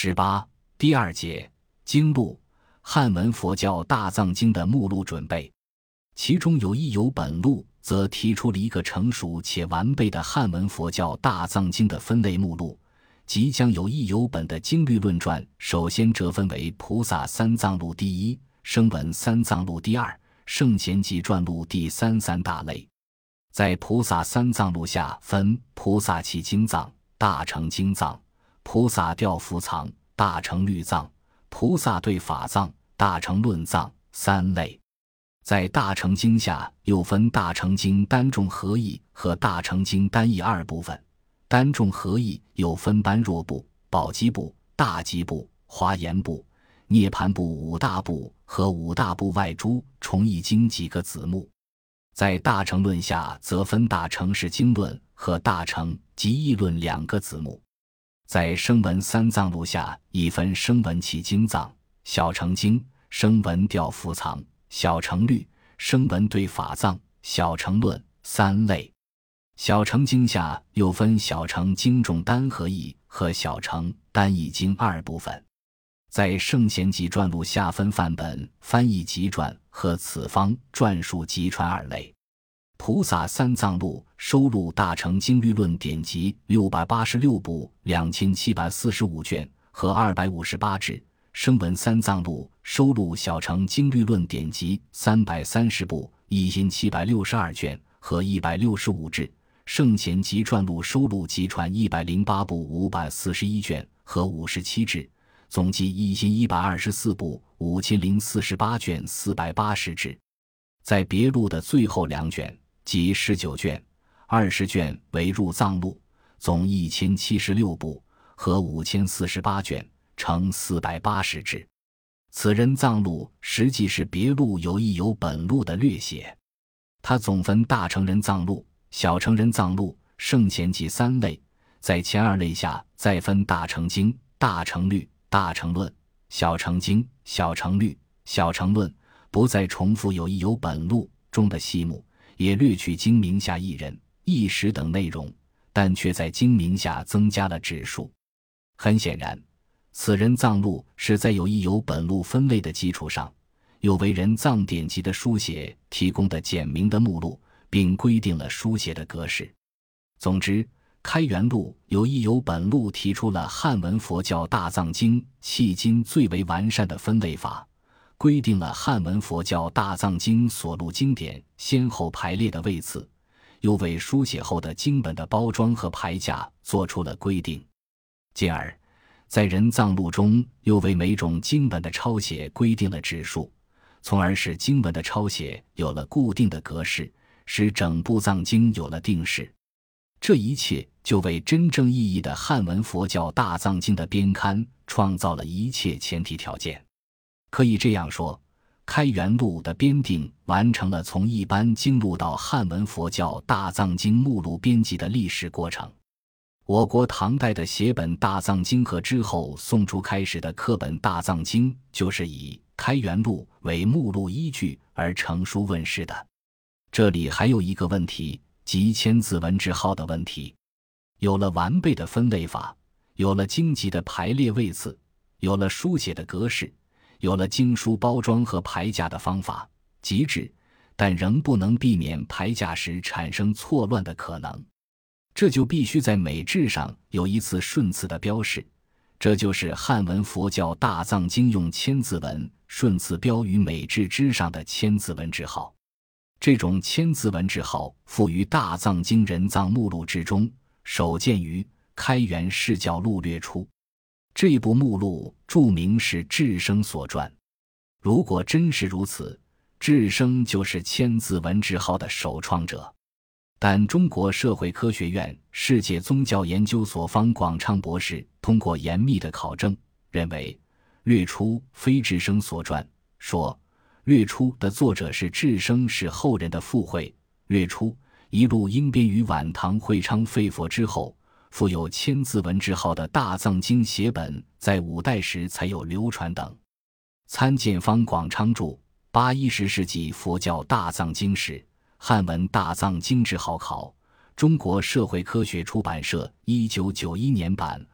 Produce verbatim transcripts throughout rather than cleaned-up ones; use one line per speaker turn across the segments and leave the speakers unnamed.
十八、第二节经录，汉文佛教大藏经的目录准备。其中有一有本录，则提出了一个成熟且完备的汉文佛教大藏经的分类目录，即将有一有本的经律论传首先折分为菩萨三藏录第一、声闻三藏录第二、圣贤集传录第三三大类。在菩萨三藏录下分菩萨契经藏、大乘经藏、菩萨调伏藏、大乘律藏、菩萨对法藏、大乘论藏三类。在大乘经下又分大乘经单众合译和大乘经单译二部分，单众合译又分般若部、宝积部、大积部、华严部、涅盘部五大部和五大部外诸重译经几个子目。在大乘论下则分大乘是经论和大乘集义论两个子目。在声闻三藏录下亦分声闻契经藏、小乘经、声闻调伏藏、小乘律、声闻对法藏、小乘论三类。小乘经下又分小乘经众单合译和小乘单译经二部分。在圣贤集传录下分范本翻译集传和此方传述集传二类。菩萨三藏录收录大乘经律论典籍六百八十六部两千七百四十五卷和二百五十八志，声闻三藏录收录小乘经律论典籍三百三十部一千七百六十二卷和一百六十五志，圣贤集传录收录集传一百零八部五百四十一卷和五十七志，总计一千一百二十四部五千零四十八卷四百八十志。在别录的最后两卷即十九卷、二十卷为入藏录，总一千七十六部和五千四十八卷，成四百八十志。此人藏录实际是别录有意有本录的略写。它总分大乘人藏录、小乘人藏录、圣贤集三类，在前二类下再分大乘经、大乘律、大乘论、小乘经、小乘律、小乘论，不再重复有意有本录中的细目，也略去经名下一人、一时等内容，但却在经名下增加了指数。很显然，此人藏录是在有意有本录分类的基础上，又为人藏典籍的书写提供的简明的目录，并规定了书写的格式。总之，开元录有意有本录提出了汉文佛教大藏经迄今最为完善的分类法，规定了汉文佛教大藏经所录经典先后排列的位次，又为书写后的经本的包装和排架做出了规定。进而在人藏录中又为每种经本的抄写规定了指数，从而使经文的抄写有了固定的格式，使整部藏经有了定式。这一切就为真正意义的汉文佛教大藏经的编刊创造了一切前提条件。可以这样说，开元录的编订完成了从一般经录到汉文佛教大藏经目录编辑的历史过程。我国唐代的写本大藏经和之后宋初开始的刻本大藏经，就是以开元录为目录依据而成书问世的。这里还有一个问题，即千字文字号的问题。有了完备的分类法，有了经籍的排列位次，有了书写的格式，有了经书包装和排架的方法，极致，但仍不能避免排架时产生错乱的可能。这就必须在每志上有一次顺次的标示，这就是汉文佛教大藏经用千字文顺次标于每志之上的千字文字号。这种千字文字号附于大藏经人藏目录之中，首见于开元释教录略出。这部目录注明是智生所撰。如果真是如此，智生就是千字文字号的首创者。但中国社会科学院世界宗教研究所方广昌博士通过严密的考证，认为略出非智生所撰，说略出的作者是智生是后人的附会。略出一录应编于晚唐会昌废佛之后，附有千字文字号的大藏经写本在五代时才有流传等。参见方广昌著《八一十世纪佛教大藏经史》汉文大藏经志号考，中国社会科学出版社一九九一年版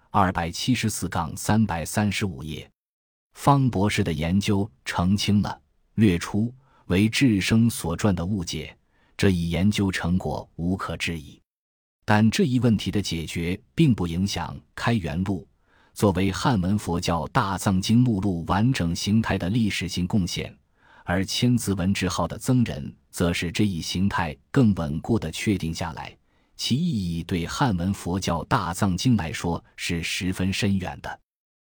二百七十四杠三百三十五页。方博士的研究澄清了略出为智生所传的误解，这一研究成果无可置疑。但这一问题的解决并不影响开元录作为汉文佛教大藏经目录完整形态的历史性贡献，而千字文之号的增人则使这一形态更稳固地确定下来，其意义对汉文佛教大藏经来说是十分深远的。